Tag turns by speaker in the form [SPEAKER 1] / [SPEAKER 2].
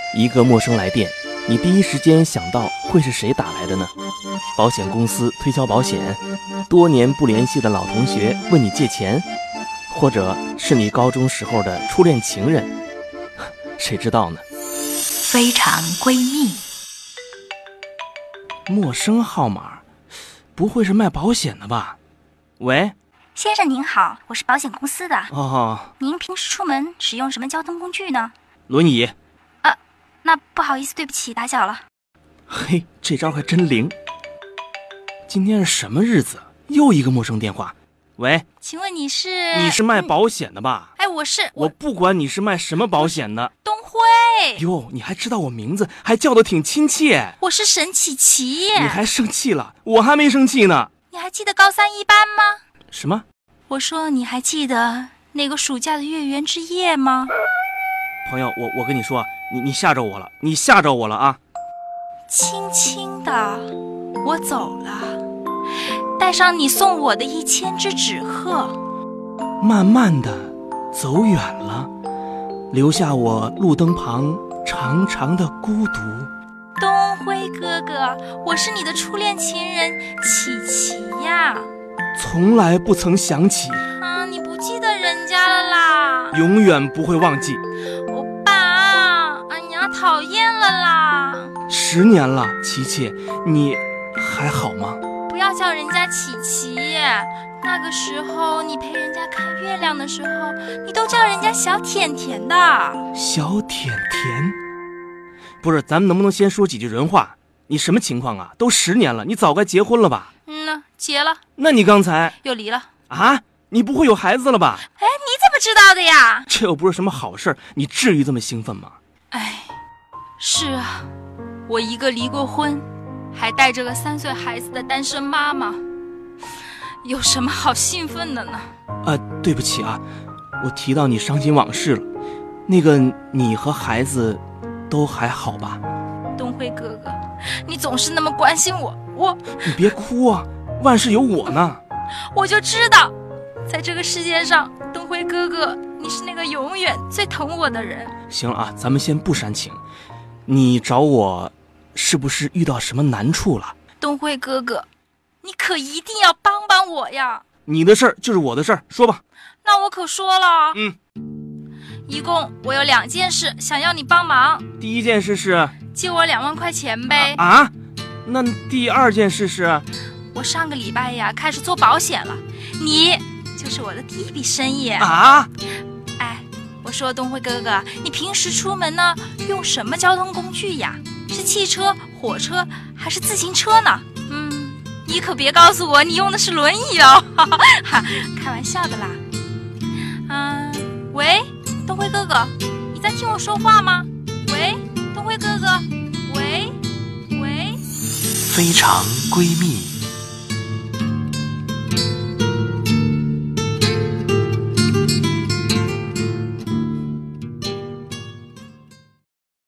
[SPEAKER 1] 一个陌生来电，你第一时间想到会是谁打来的呢？保险公司推销保险，多年不联系的老同学问你借钱，或者是你高中时候的初恋情人，谁知道呢？
[SPEAKER 2] 非常闺蜜。
[SPEAKER 1] 陌生号码，不会是卖保险的吧？喂，
[SPEAKER 2] 先生您好，我是保险公司的。
[SPEAKER 1] 哦，
[SPEAKER 2] 您平时出门使用什么交通工具呢？
[SPEAKER 1] 轮椅。
[SPEAKER 2] 那不好意思，对不起，打搅了。
[SPEAKER 1] 嘿，这招还真灵。今天是什么日子？又一个陌生电话。喂，
[SPEAKER 2] 请问你是
[SPEAKER 1] 卖保险的吧？
[SPEAKER 2] 哎，
[SPEAKER 1] 我不管你是卖什么保险的。
[SPEAKER 2] 东辉。
[SPEAKER 1] 哟，你还知道我名字，还叫得挺亲切。
[SPEAKER 2] 我是沈琪琪。
[SPEAKER 1] 你还生气了？我还没生气呢。
[SPEAKER 2] 你还记得高三一班吗？
[SPEAKER 1] 什么？
[SPEAKER 2] 我说你还记得那个暑假的月圆之夜吗？
[SPEAKER 1] 朋友，我跟你说，你吓着我了，你吓着我了啊！
[SPEAKER 2] 轻轻的，我走了，带上你送我的1000只纸鹤，
[SPEAKER 1] 慢慢的走远了，留下我路灯旁长长的孤独。
[SPEAKER 2] 东辉哥哥，我是你的初恋情人琪琪呀。
[SPEAKER 1] 从来不曾想起
[SPEAKER 2] 啊，你不记得人家了啦？
[SPEAKER 1] 永远不会忘记。
[SPEAKER 2] 欧巴，哎呀，讨厌了啦
[SPEAKER 1] ！10年了，琪琪，你还好吗？
[SPEAKER 2] 不要叫人家琪琪，那个时候你陪人家看月亮的时候，你都叫人家小甜甜的。
[SPEAKER 1] 小甜甜？不是，咱们能不能先说几句人话？你什么情况啊？都10年了，你早该结婚了吧？
[SPEAKER 2] 结了。
[SPEAKER 1] 那你刚才
[SPEAKER 2] 又离了
[SPEAKER 1] 啊？你不会有孩子了吧？
[SPEAKER 2] 哎，你怎么知道的呀？
[SPEAKER 1] 这又不是什么好事，你至于这么兴奋吗？
[SPEAKER 2] 哎，是啊，我一个离过婚还带着个3岁孩子的单身妈妈，有什么好兴奋的呢？
[SPEAKER 1] 对不起啊，我提到你伤心往事了。那个，你和孩子都还好吧？
[SPEAKER 2] 东辉哥哥，你总是那么关心我。
[SPEAKER 1] 你别哭啊，万事有我呢。
[SPEAKER 2] 我就知道，在这个世界上，东辉哥哥，你是那个永远最疼我的人。
[SPEAKER 1] 行了啊，咱们先不煽情。你找我，是不是遇到什么难处了？
[SPEAKER 2] 东辉哥哥，你可一定要帮帮我呀！
[SPEAKER 1] 你的事儿就是我的事儿，说吧。
[SPEAKER 2] 那我可说了。一共我有2件事想要你帮忙。
[SPEAKER 1] 第一件事是
[SPEAKER 2] 借我2万块钱呗。
[SPEAKER 1] 那第2件事是？
[SPEAKER 2] 我上个礼拜呀开始做保险了，你就是我的第一笔生意。哎，我说东辉哥哥，你平时出门呢用什么交通工具呀？是汽车、火车还是自行车呢？你可别告诉我你用的是轮椅哦，开玩笑的啦。喂，东辉哥哥，你在听我说话吗？喂，东辉哥哥，喂。
[SPEAKER 3] 非常闺蜜。